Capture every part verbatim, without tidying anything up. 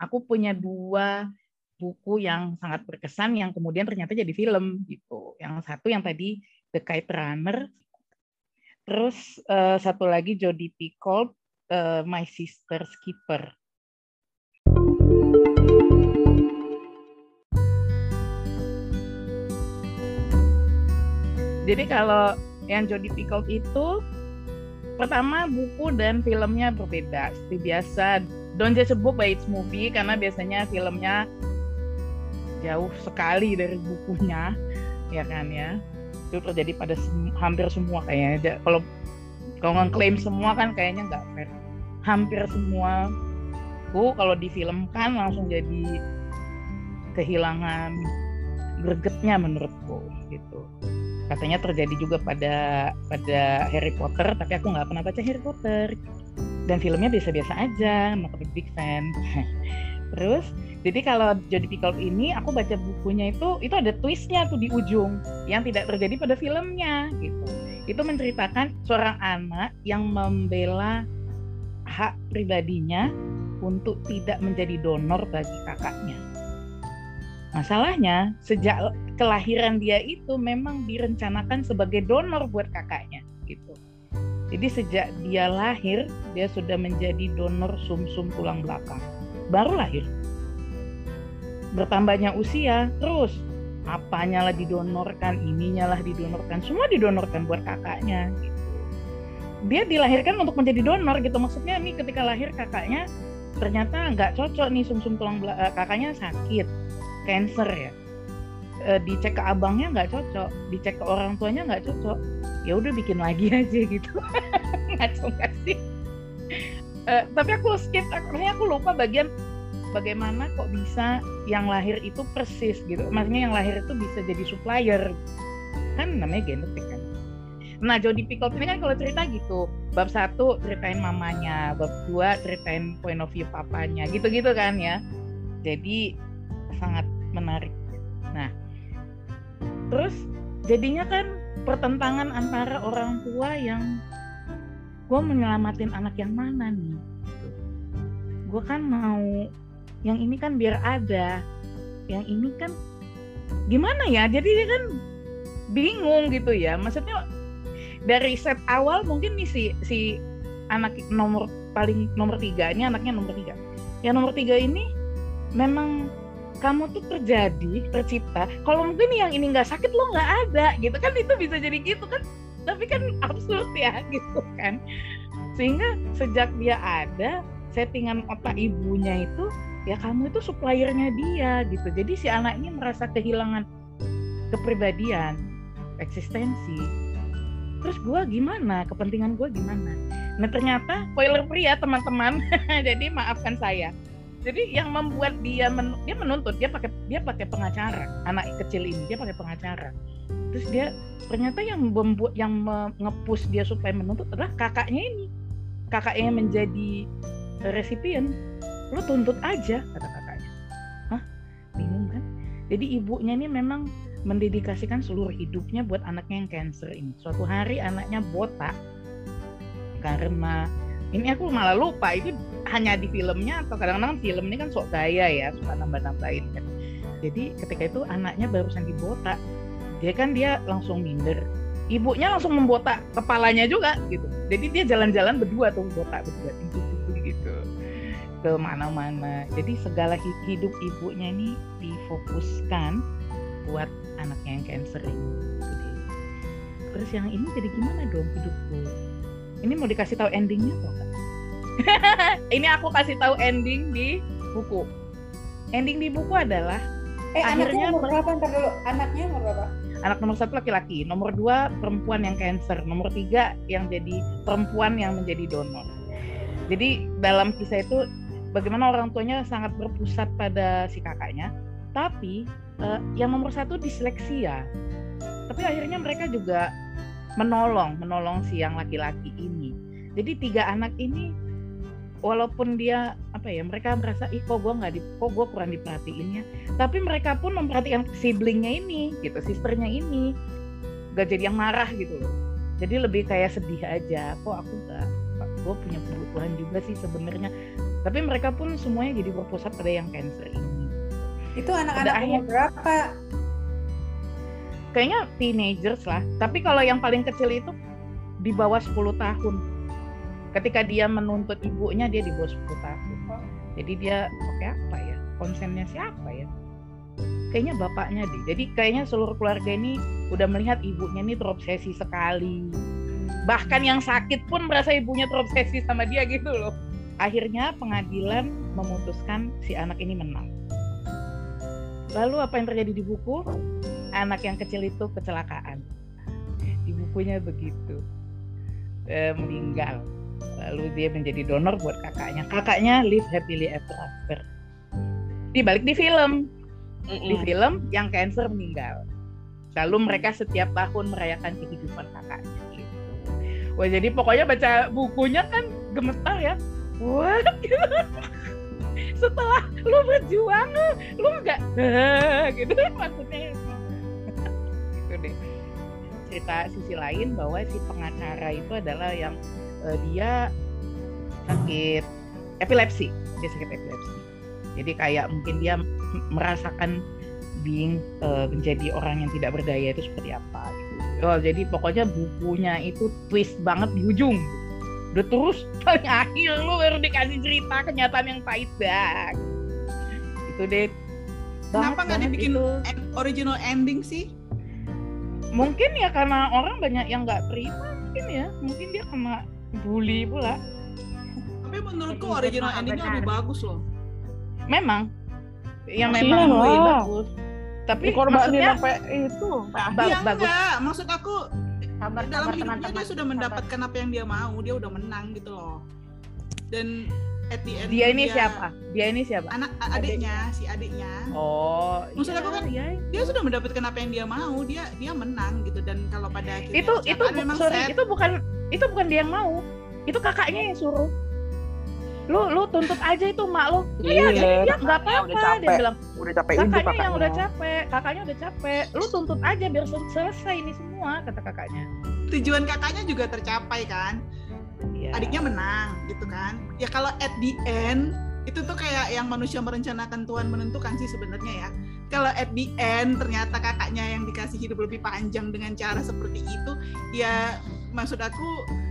aku punya dua buku yang sangat berkesan yang kemudian ternyata jadi film gitu. Yang satu yang tadi The Kite Runner, terus uh, satu lagi Jodi Picoult, uh, My Sister's Keeper. Jadi kalau yang Jodi Picoult itu pertama buku dan filmnya berbeda. Seperti biasa, don't judge a book by its movie karena biasanya filmnya jauh sekali dari bukunya, ya kan ya. Itu terjadi pada sem- hampir semua kayaknya. Kalau kalau ngeklaim semua kan kayaknya nggak fair. Hampir semua buku kalau difilmkan langsung jadi kehilangan gregetnya menurutku gitu. Katanya terjadi juga pada pada Harry Potter, tapi aku nggak pernah baca Harry Potter. Dan filmnya biasa-biasa aja, maka big fan. Terus, jadi kalau Jodi Picoult ini, aku baca bukunya itu, itu ada twistnya tuh di ujung, yang tidak terjadi pada filmnya, gitu. Itu menceritakan seorang anak yang membela hak pribadinya untuk tidak menjadi donor bagi kakaknya. Masalahnya, sejak kelahiran dia itu memang direncanakan sebagai donor buat kakaknya, gitu. Jadi sejak dia lahir, dia sudah menjadi donor sumsum tulang belakang. Baru lahir. Bertambahnya usia, terus apanya lah didonorkan, ininya lah didonorkan, semua didonorkan buat kakaknya. Gitu. Dia dilahirkan untuk menjadi donor gitu. Maksudnya nih ketika lahir kakaknya ternyata nggak cocok nih sumsum tulang belakang, kakaknya sakit, cancer ya. E, dicek ke abangnya nggak cocok, dicek ke orang tuanya nggak cocok. Ya udah bikin lagi aja gitu. Ngaco nggak sih? E, tapi aku skip, akhirnya aku lupa bagian bagaimana kok bisa yang lahir itu persis gitu. Maksudnya yang lahir itu bisa jadi supplier. Kan namanya genetik kan. Nah, Jodi Picoult ini kan kalau cerita gitu. Bab satu ceritain mamanya, bab dua ceritain point of view papanya, gitu-gitu kan ya. Jadi sangat menarik. Nah, terus jadinya kan pertentangan antara orang tua yang gue menyelamatin anak yang mana nih. Gue kan mau yang ini kan biar ada, yang ini kan gimana ya, jadi dia kan bingung gitu ya. Maksudnya dari set awal mungkin nih si si anak nomor paling nomor tiga ini anaknya nomor tiga, yang nomor tiga ini memang kamu tuh terjadi tercipta, kalau mungkin yang ini nggak sakit lo nggak ada gitu kan, itu bisa jadi gitu kan, tapi kan absurd ya gitu kan. Sehingga sejak dia ada, settingan otak ibunya itu ya kamu itu suppliernya dia gitu. Jadi si anak ini merasa kehilangan kepribadian, eksistensi. Terus gue gimana? Kepentingan gue gimana? Nah ternyata spoiler free ya teman-teman. Jadi maafkan saya. Jadi yang membuat dia men- dia menuntut, dia pakai dia pakai pengacara. Anak kecil ini dia pakai pengacara. Terus dia ternyata yang membuat yang nge-push dia supaya menuntut adalah kakaknya ini. Kakaknya menjadi resipien. Lo tuntut aja, kata kakaknya. Hah? Bingung kan? Jadi ibunya ini memang mendedikasikan seluruh hidupnya buat anaknya yang cancer ini. Suatu hari anaknya botak karena ini aku malah lupa itu hanya di filmnya atau kadang-kadang film ini kan sok gaya ya, suka nambah-nambahin kan. Jadi ketika itu anaknya barusan dibotak, dia kan dia langsung minder. Ibunya langsung membotak kepalanya juga gitu. Jadi dia jalan-jalan berdua tuh botak berdua gitu. Ke mana-mana. Jadi segala hidup ibunya ini difokuskan buat anaknya yang cancer ini. Jadi, terus yang ini jadi gimana dong hidupku? Ini mau dikasih tahu endingnya kok kan? Ini aku kasih tahu ending di buku. Ending di buku adalah eh akhirnya anaknya umur berapa ntar dulu? Anaknya umur berapa? Anak nomor satu laki-laki, nomor dua perempuan yang cancer, nomor tiga yang jadi perempuan yang menjadi donor. Jadi dalam kisah itu bagaimana orang tuanya sangat berpusat pada si kakaknya, tapi eh, yang nomor satu disleksia. Tapi akhirnya mereka juga menolong, menolong si yang laki-laki ini. Jadi tiga anak ini, walaupun dia apa ya, mereka merasa ih kok gue nggak, kok gue kurang diperhatiin ya. Tapi mereka pun memperhatikan siblingnya ini, gitu, sisternya ini, gak jadi yang marah gitu loh. Jadi lebih kayak sedih aja, kok aku nggak, gue punya kebutuhan juga sih sebenarnya. Tapi mereka pun semuanya jadi berpusat pada yang cancer ini. Itu anak-anak umur berapa? Kayaknya teenagers lah. Tapi kalau yang paling kecil itu di bawah sepuluh tahun. Ketika dia menuntut ibunya, dia di bawah sepuluh tahun. Jadi dia pakai apa ya? Konsennya siapa ya? Kayaknya bapaknya deh. Jadi kayaknya seluruh keluarga ini udah melihat ibunya ini terobsesi sekali. Bahkan yang sakit pun merasa ibunya terobsesi sama dia gitu loh. Akhirnya pengadilan memutuskan si anak ini menang. Lalu apa yang terjadi di buku? Anak yang kecil itu kecelakaan. Di bukunya begitu. E, meninggal. Lalu dia menjadi donor buat kakaknya. Kakaknya live happily ever after. Dibalik di film. Mm-mm. Di film yang cancer meninggal. Lalu mereka setiap tahun merayakan kehidupan kakaknya. Gitu. Wah, jadi pokoknya baca bukunya kan gemetar ya. What? Setelah lu berjuang, lu nggak gitu maksudnya. Gitu deh. Cerita sisi lain bahwa si pengacara itu adalah yang uh, dia sakit epilepsi, dia sakit epilepsi. Jadi kayak mungkin dia merasakan being uh, menjadi orang yang tidak berdaya itu seperti apa gitu. Oh, jadi pokoknya bukunya itu twist banget di ujung. Udah terus paling akhir lu baru dikasih cerita kenyataan yang pahit banget. Itu deh. Kenapa nggak dibikin itu. Original ending sih? Mungkin ya karena orang banyak yang nggak terima mungkin ya. Mungkin dia kena bully pula. Tapi menurutku original endingnya lebih bagus loh. Memang. Yang Masih memang ya, lebih wow. bagus. Tapi dikorbanin maksudnya sampai itu ba- ya bagus. enggak, maksud aku Sabar, dalam sabar, hidupnya teman-teman. dia sudah mendapatkan apa yang dia mau, dia udah menang gitu loh. Dan at the end Dia ini siapa? Dia ini siapa? Anak adiknya, si adiknya. Oh, Maksud iya, aku kan iya. dia sudah mendapatkan apa yang dia mau, dia dia menang gitu. Dan kalau pada akhirnya Itu itu kecelakaan memang sorry, sad. itu bukan itu bukan dia yang mau. Itu kakaknya yang suruh. Lu lu tuntut aja itu mak lu. Iya, Iya, ya enggak kakaknya udah apa-apa dia capek. bilang. udah capek ibu Kakaknya kakaknya yang udah capek, kakaknya udah capek. Lu tuntut aja biar sel- selesai ini semua, kata kakaknya. Tujuan kakaknya juga tercapai kan. Iya. Adiknya menang gitu kan. Ya kalau at the end itu tuh kayak yang manusia merencanakan Tuhan menentukan sih sebenarnya ya. Kalau at the end ternyata kakaknya yang dikasih hidup lebih panjang dengan cara seperti itu, ya maksud aku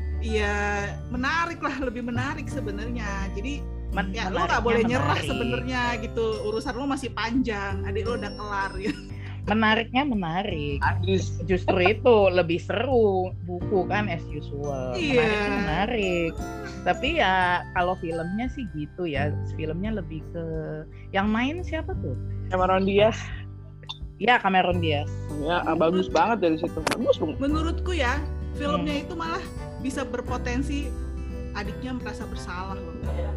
ya menarik lah, lebih menarik sebenarnya. Jadi Men- ya lo nggak menariknya boleh nyerah menarik. sebenarnya gitu. Urusan lo masih panjang, adik lo udah kelar ya. Menariknya menarik. Adis. Justru itu lebih seru buku kan as usual. Iya. Menariknya menarik. Tapi ya kalau filmnya sih gitu ya. Filmnya lebih ke yang main siapa tuh? Cameron Diaz Ya Cameron Diaz. ya bagus banget dari situ, bagus dong. Menurutku ya filmnya Hmm. itu malah bisa berpotensi adiknya merasa bersalah loh.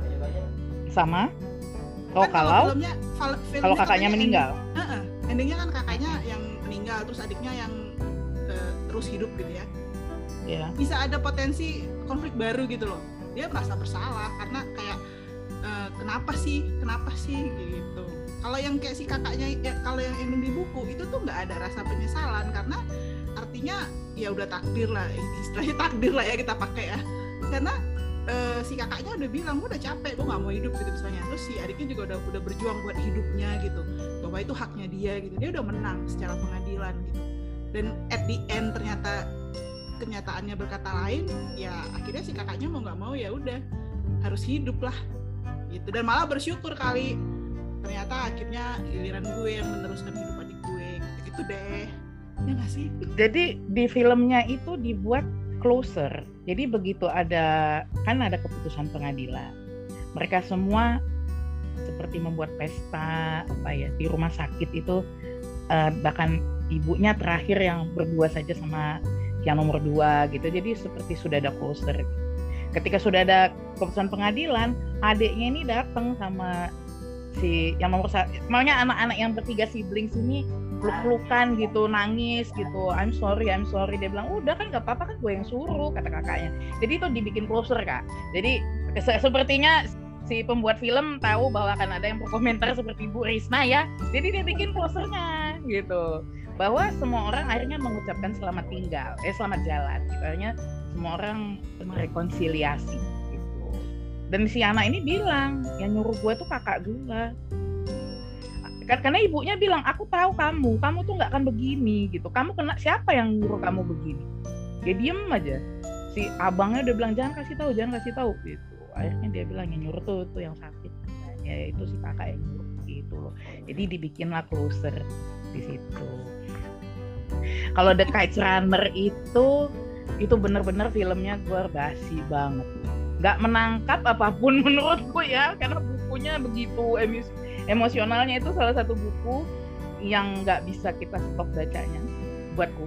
Sama. Oh Kan kalau filmnya, fal- filmnya kalau kakaknya katanya meninggal. Ending, uh-uh, endingnya kan kakaknya yang meninggal, terus adiknya yang uh, terus hidup gitu ya. Ya. Bisa ada potensi konflik baru gitu loh. Dia merasa bersalah karena kayak uh, kenapa sih, kenapa sih gitu. Kalau yang kayak si kakaknya, ya, kalau yang ending di buku itu tuh nggak ada rasa penyesalan karena artinya ya udah takdir lah, istilahnya takdir lah ya kita pakai ya. Karena Uh, si kakaknya udah bilang gue udah capek, gue nggak mau hidup gitu misalnya. Terus si adiknya juga udah udah berjuang buat hidupnya gitu, bahwa itu haknya dia gitu. Dia udah menang secara pengadilan gitu. Dan at the end ternyata kenyataannya berkata lain, ya akhirnya si kakaknya mau nggak mau ya udah harus hidup lah gitu. Dan malah bersyukur kali ternyata akhirnya giliran gue yang meneruskan hidup adik gue gitu, gitu deh. Ya nggak sih? Jadi di filmnya itu dibuat closer. Jadi begitu ada kan ada keputusan pengadilan, mereka semua seperti membuat pesta apa ya di rumah sakit itu, uh, bahkan ibunya terakhir yang berdua saja sama yang nomor dua gitu. Jadi seperti sudah ada closer. Ketika sudah ada keputusan pengadilan, adiknya ini datang sama si yang nomor satu, maunya anak-anak yang bertiga siblings ini peluk-pelukan gitu, nangis gitu, I'm sorry, I'm sorry. Dia bilang, udah kan gak apa-apa kan gue yang suruh, kata kakaknya. Jadi itu dibikin closer kak. Jadi se- sepertinya si pembuat film tahu bahwa akan ada yang berkomentar seperti Bu Risma ya. Jadi dia bikin closernya gitu. Bahwa semua orang akhirnya mengucapkan selamat tinggal, eh selamat jalan. Gitu. Akhirnya semua orang merekonsiliasi gitu. Dan si anak ini bilang, yang nyuruh gue tuh kakak gue. Karena ibunya bilang, aku tahu kamu, kamu tuh nggak akan begini gitu. Kamu kena siapa yang nyuruh kamu begini? Dia diem aja. Si abangnya udah bilang jangan kasih tahu, jangan kasih tahu gitu. Akhirnya dia bilang yang nyuruh tuh tuh yang sakit. Ya itu si kakak yang nyuruh gitu loh. Jadi dibikinlah closer di situ. Kalau The Kite Runner itu itu benar-benar filmnya gue basi banget. Nggak menangkap apapun menurutku ya, karena bukunya begitu emos- emosionalnya. Itu salah satu buku yang nggak bisa kita stop bacanya buatku.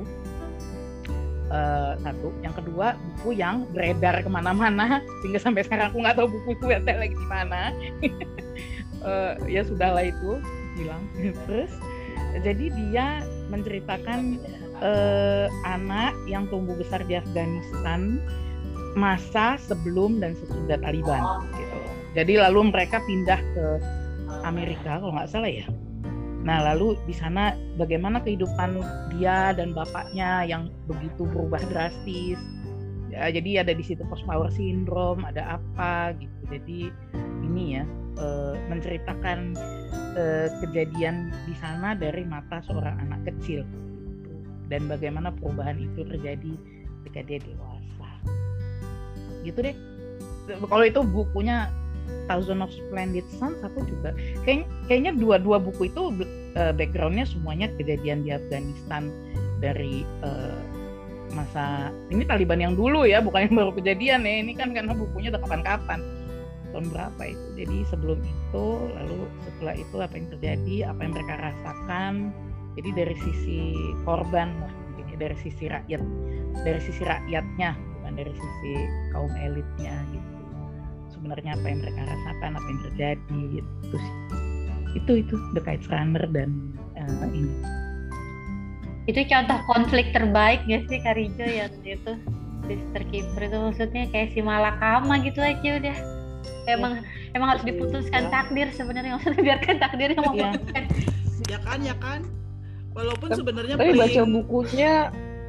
Uh, satu, yang kedua buku yang beredar kemana-mana sehingga sampai sekarang aku nggak tahu buku itu ada lagi di mana. uh, ya sudahlah itu hilang. Terus jadi dia menceritakan uh, anak yang tumbuh besar di Afghanistan masa sebelum dan sesudah Taliban gitu. Jadi lalu mereka pindah ke Amerika kalau nggak salah ya. Nah lalu di sana bagaimana kehidupan dia dan bapaknya yang begitu berubah drastis. Ya, jadi ada di situ post power syndrome, ada apa gitu. Jadi ini ya e, menceritakan e, kejadian di sana dari mata seorang anak kecil gitu. Dan bagaimana perubahan itu terjadi ketika dia dewasa. Gitu deh. Kalau itu bukunya Thousand of Splendid Suns, aku juga Kay- kayaknya dua-dua buku itu uh, backgroundnya semuanya kejadian di Afghanistan dari uh, masa ini Taliban yang dulu ya, bukan yang baru kejadian ya. Ini kan karena bukunya udah kapan-kapan, tahun berapa itu. Jadi sebelum itu, lalu setelah itu apa yang terjadi, apa yang mereka rasakan. Jadi dari sisi korban lah, dari sisi rakyat, dari sisi rakyatnya, bukan dari sisi kaum elitnya gitu. Sebenarnya apa yang mereka rasakan, apa yang terjadi gitu sih. Itu itu The Kite Runner dan uh, ini. Itu contoh konflik terbaik gak sih Kak Rijo yang itu Sister Keeper itu, maksudnya kayak si malakama gitu aja udah. Emang ya, emang harus diputuskan ya. Takdir sebenarnya, maksudnya biarkan takdir yang memutuskan. Ya kan, ya kan. Walaupun sebenarnya tapi baca bukunya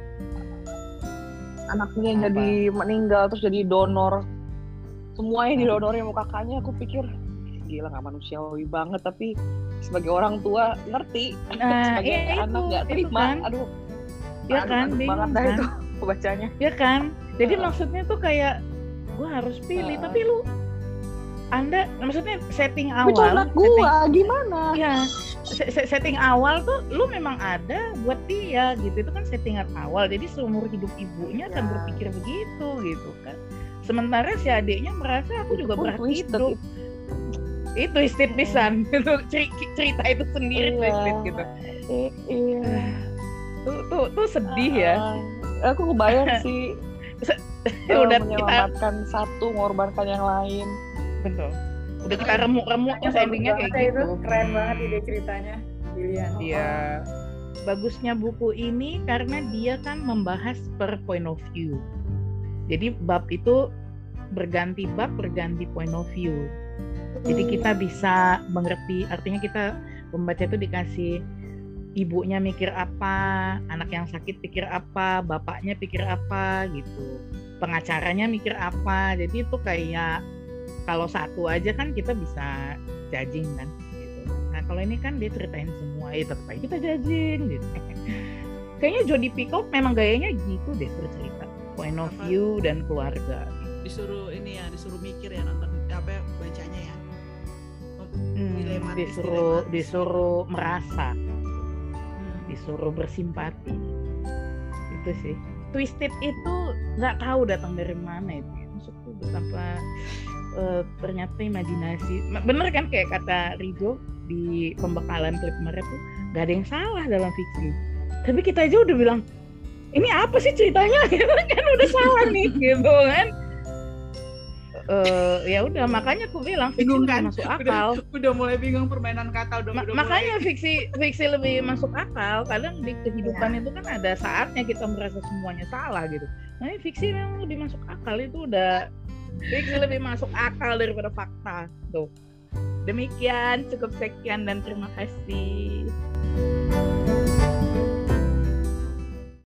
anaknya apa? Jadi meninggal terus jadi donor. Semuanya didonorin sama kakaknya, aku pikir gila nggak manusiawi banget, tapi sebagai orang tua ngerti, nah, sebagai iya, anak nggak terima, kan. aduh, ya aduh, kan, aduh bingung banget dah kan? itu bacanya. Ya kan, jadi uh. maksudnya tuh kayak gue harus pilih, uh. tapi lu, anda, maksudnya setting awal, itu anak gue gimana? Ya, setting awal tuh, lu memang ada buat dia gitu, itu kan settingan awal, jadi seumur hidup ibunya ya. Kan berpikir begitu gitu kan. Sementara si adiknya merasa aku juga berhak hidup. Itu twisted pisan. Itu cerita itu sendiri iya. twisted gitu. Iya. Tuh, tuh, tuh sedih ya. Uh, aku kebayang sih. uh, udah menyelamatkan kita... satu, mengorbankan yang lain. Betul. Udah kita remuk-remuk terus endingnya kayak gitu. Itu keren banget ide ceritanya, Lilian. Iya. Bagusnya buku ini karena dia kan membahas per point of view. Jadi bab itu berganti bab, berganti point of view. Jadi kita bisa mengerti, artinya kita pembaca itu dikasih ibunya mikir apa, anak yang sakit pikir apa, bapaknya pikir apa gitu. Pengacaranya mikir apa. Jadi itu kayak kalau satu aja kan kita bisa judging kan gitu. Nah, kalau ini kan dia ceritain semua, ya tetap aja kita judging gitu. Kayaknya Jodie Picoult memang gayanya gitu deh bercerita. Point of view dan keluarga. Disuruh ini ya, disuruh mikir ya nonton apa ya, bacanya ya. Hmm, dilematis, disuruh dilematis. disuruh merasa, hmm. disuruh bersimpati. Itu sih. Twisted itu nggak tahu datang dari mana itu. Maksudku betapa uh, ternyata imajinasi. Bener kan kayak kata Rijo di pembekalan klip kemarin tuh, nggak ada yang salah dalam fiksi. Tapi kita aja udah bilang, ini apa sih ceritanya? Kan udah salah nih gitu kan. Uh, ya udah makanya aku bilang fiksi bingung lebih kan? masuk akal. Udah, udah mulai bingung permainan kata udah, Ma- udah makanya mulai... fiksi fiksi lebih masuk akal. Kadang di kehidupan ya. Itu kan ada saatnya kita merasa semuanya salah gitu. Nah ini fiksi memang lebih masuk akal, itu udah fiksi lebih masuk akal daripada fakta tuh. Demikian, cukup sekian dan terima kasih.